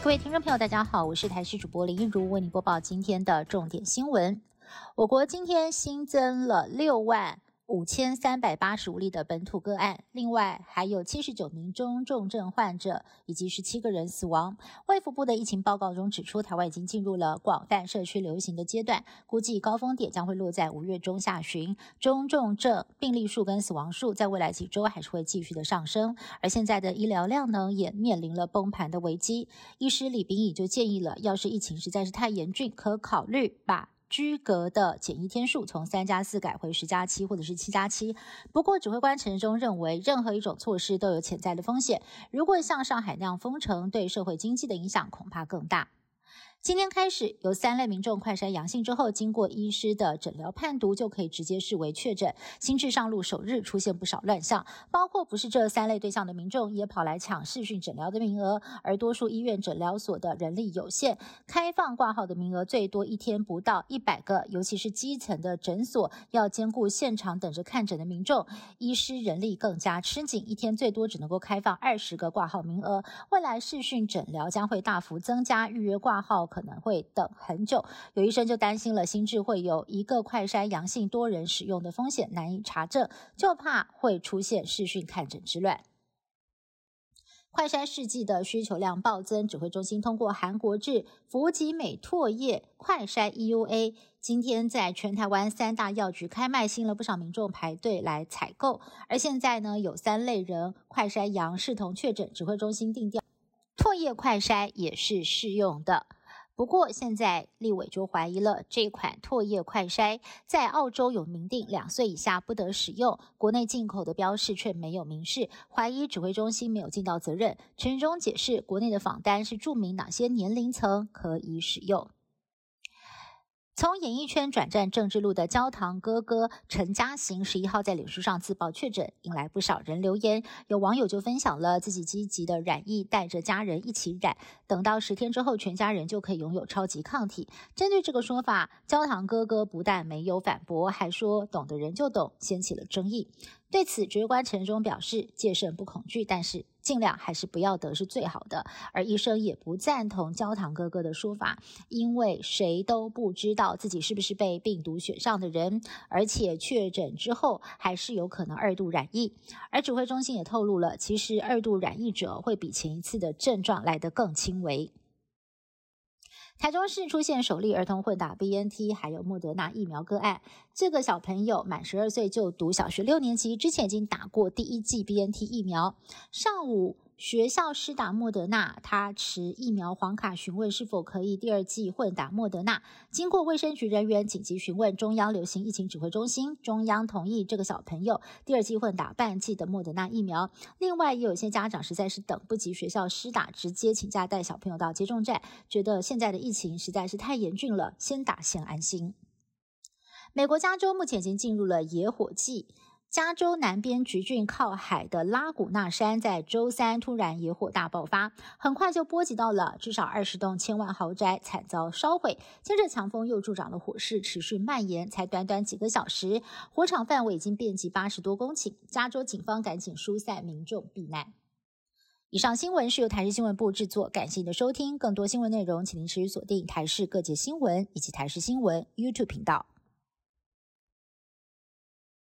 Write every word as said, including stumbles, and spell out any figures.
各位听众朋友大家好，我是台视主播林一如，为您播报今天的重点新闻。我国今天新增了六万五千三百八十五例的本土个案，另外还有七十九名中重症患者以及十七个人死亡。卫福部的疫情报告中指出，台湾已经进入了广泛社区流行的阶段，估计高峰点将会落在五月中下旬。中重症病例数跟死亡数在未来几周还是会继续的上升，而现在的医疗量呢也面临了崩盘的危机。医师李秉乙就建议了，要是疫情实在是太严峻，可考虑把居隔的检疫天数从三加四改回十加七或者是七加七。不过指挥官陈时中认为，任何一种措施都有潜在的风险，如果像上海那样封城，对社会经济的影响恐怕更大。今天开始，有三类民众快筛阳性之后，经过医师的诊疗判读，就可以直接视为确诊。新制上路首日出现不少乱象，包括不是这三类对象的民众也跑来抢视讯诊疗的名额，而多数医院诊疗所的人力有限，开放挂号的名额最多一天不到一百个，尤其是基层的诊所要兼顾现场等着看诊的民众，医师人力更加吃紧，一天最多只能够开放二十个挂号名额。未来视讯诊疗将会大幅增加，预约挂号可能会等很久。有医生就担心了，新制会有一个快筛阳性多人使用的风险，难以查证，就怕会出现视讯看诊之乱。快筛试剂的需求量暴增，指挥中心通过韩国制福吉美唾液快筛 E U A， 今天在全台湾三大药局开卖，吸引了不少民众排队来采购。而现在呢，有三类人快筛阳视同确诊，指挥中心定调唾液快筛也是适用的。不过现在立委就怀疑了，这款唾液快筛在澳洲有明定两岁以下不得使用，国内进口的标示却没有明示，怀疑指挥中心没有尽到责任。陈时中解释，国内的访单是注明哪些年龄层可以使用。从演艺圈转战政治路的焦糖哥哥陈嘉行十一号在脸书上自曝确诊，引来不少人留言。有网友就分享了自己积极的染疫，带着家人一起染，等到十天之后全家人就可以拥有超级抗体。针对这个说法，焦糖哥哥不但没有反驳，还说懂的人就懂，掀起了争议。对此，指挥官陈时中表示，戒慎不恐惧，但是尽量还是不要得是最好的。而医生也不赞同焦糖哥哥的说法，因为谁都不知道自己是不是被病毒选上的人，而且确诊之后还是有可能二度染疫。而指挥中心也透露了，其实二度染疫者会比前一次的症状来得更轻微。台中市出现首例儿童混打 B N T 还有莫德纳疫苗个案，这个小朋友满十二岁就读小学六年级，之前已经打过第一剂 B N T 疫苗。上午学校施打莫德纳，他持疫苗黄卡询问是否可以第二剂混打莫德纳。经过卫生局人员紧急询问中央流行疫情指挥中心，中央同意这个小朋友第二剂混打半剂的莫德纳疫苗。另外也有一些家长实在是等不及学校施打，直接请假带小朋友到接种站，觉得现在的疫情实在是太严峻了，先打先安心。美国加州目前已经进入了野火季，加州南边橘郡靠海的拉古纳山在周三突然野火大爆发，很快就波及到了至少二十栋千万豪宅，惨遭烧毁。接着强风又助长了火势，持续蔓延，才短短几个小时，火场范围已经遍及八十多公顷。加州警方赶紧疏散民众避难。以上新闻是由台视新闻部制作，感谢您的收听。更多新闻内容，请您持续锁定台视各界新闻以及台视新闻 YouTube 频道。